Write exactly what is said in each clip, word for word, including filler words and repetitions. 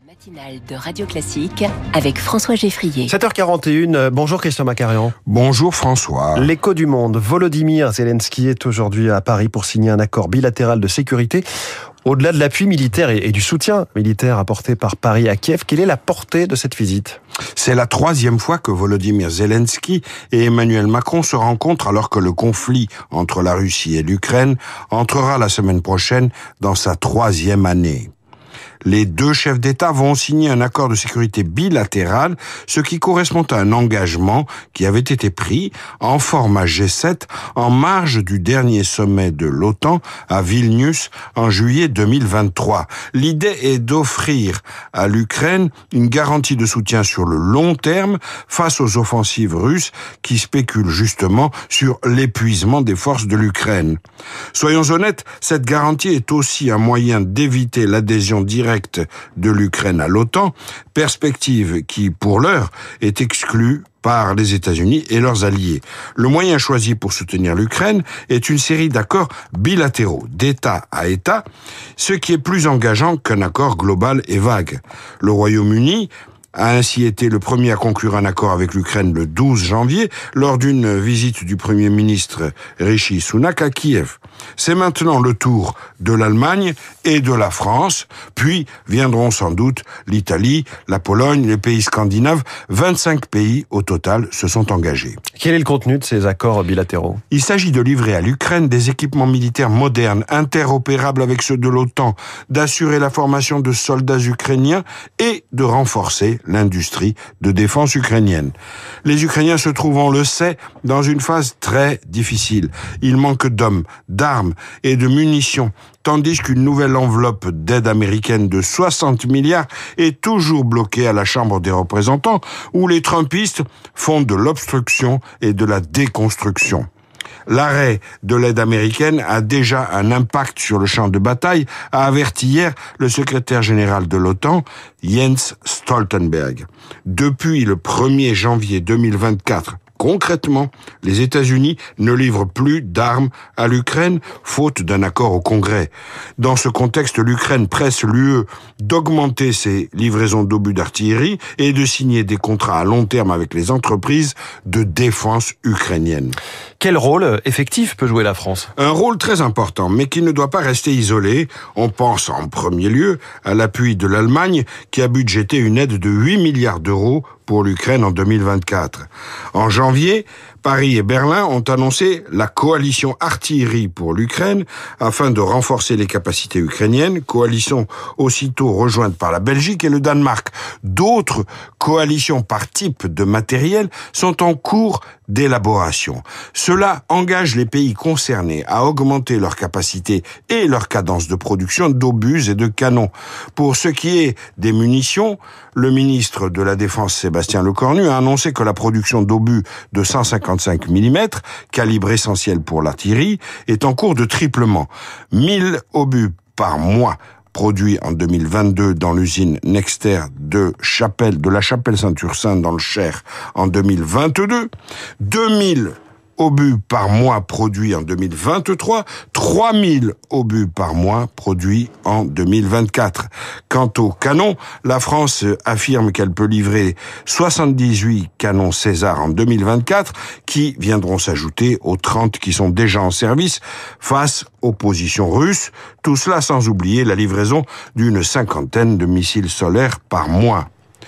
Matinale de Radio Classique avec François Geffrier. sept heures quarante et une, bonjour Christian Macarian. Bonjour François. L'écho du monde, Volodymyr Zelensky est aujourd'hui à Paris pour signer un accord bilatéral de sécurité. Au-delà de l'appui militaire et du soutien militaire apporté par Paris à Kiev, quelle est la portée de cette visite ? C'est la troisième fois que Volodymyr Zelensky et Emmanuel Macron se rencontrent alors que le conflit entre la Russie et l'Ukraine entrera la semaine prochaine dans sa troisième année. Les deux chefs d'État vont signer un accord de sécurité bilatéral, ce qui correspond à un engagement qui avait été pris en format G sept en marge du dernier sommet de l'OTAN à Vilnius en juillet deux mille vingt-trois. L'idée est d'offrir à l'Ukraine une garantie de soutien sur le long terme face aux offensives russes qui spéculent justement sur l'épuisement des forces de l'Ukraine. Soyons honnêtes, cette garantie est aussi un moyen d'éviter l'adhésion directe de l'Ukraine à l'OTAN, perspective qui, pour l'heure, est exclue par les États-Unis et leurs alliés. Le moyen choisi pour soutenir l'Ukraine est une série d'accords bilatéraux, d'État à État, ce qui est plus engageant qu'un accord global et vague. Le Royaume-Uni a ainsi été le premier à conclure un accord avec l'Ukraine le douze janvier lors d'une visite du Premier ministre Rishi Sunak à Kiev. C'est maintenant le tour de l'Allemagne et de la France, puis viendront sans doute l'Italie, la Pologne, les pays scandinaves. vingt-cinq pays au total se sont engagés. Quel est le contenu de ces accords bilatéraux ? Il s'agit de livrer à l'Ukraine des équipements militaires modernes, interopérables avec ceux de l'OTAN, d'assurer la formation de soldats ukrainiens et de renforcer l'industrie de défense ukrainienne. Les Ukrainiens se trouvent, on le sait, dans une phase très difficile. Il manque d'hommes, d'armes et de munitions, tandis qu'une nouvelle enveloppe d'aide américaine de soixante milliards est toujours bloquée à la Chambre des représentants, où les Trumpistes font de l'obstruction et de la déconstruction. L'arrêt de l'aide américaine a déjà un impact sur le champ de bataille, a averti hier le secrétaire général de l'OTAN, Jens Stoltenberg. Depuis le premier janvier deux mille vingt-quatre, concrètement, les États-Unis ne livrent plus d'armes à l'Ukraine, faute d'un accord au Congrès. Dans ce contexte, l'Ukraine presse l'U E d'augmenter ses livraisons d'obus d'artillerie et de signer des contrats à long terme avec les entreprises de défense ukrainiennes. Quel rôle effectif peut jouer la France ? Un rôle très important, mais qui ne doit pas rester isolé. On pense en premier lieu à l'appui de l'Allemagne, qui a budgété une aide de huit milliards d'euros pour l'Ukraine en deux mille vingt-quatre. En janvier, Paris et Berlin ont annoncé la coalition artillerie pour l'Ukraine afin de renforcer les capacités ukrainiennes, coalition aussitôt rejointe par la Belgique et le Danemark. D'autres coalitions par type de matériel sont en cours d'élaboration. Cela engage les pays concernés à augmenter leur capacité et leur cadence de production d'obus et de canons. Pour ce qui est des munitions, le ministre de la Défense Sébastien Lecornu a annoncé que la production d'obus de cent cinquante-cinq millimètres, calibre essentiel pour l'artillerie, est en cours de triplement. mille obus par mois produits en deux mille vingt-deux dans l'usine Nexter de Chapelle, de la Chapelle-Saint-Ursin dans le Cher en deux mille vingt-deux, deux mille obus par mois produits en deux mille vingt-trois, trois mille obus par mois produits en deux mille vingt-quatre. Quant aux canons, la France affirme qu'elle peut livrer soixante-dix-huit canons César en deux mille vingt-quatre, qui viendront s'ajouter aux trente qui sont déjà en service face aux positions russes. Tout cela sans oublier la livraison d'une cinquantaine de missiles solaires par mois.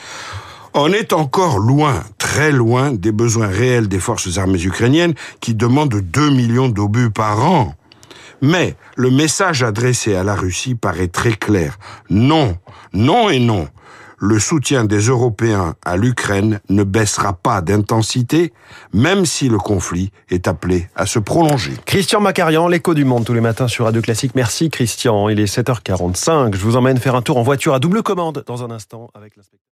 On est encore loin, très loin, des besoins réels des forces armées ukrainiennes qui demandent deux millions d'obus par an. Mais le message adressé à la Russie paraît très clair. Non, non et non. Le soutien des Européens à l'Ukraine ne baissera pas d'intensité, même si le conflit est appelé à se prolonger. Christian Macarian, l'écho du monde tous les matins sur Radio Classique. Merci Christian, il est sept heures quarante-cinq. Je vous emmène faire un tour en voiture à double commande dans un instant avec l'inspecteur.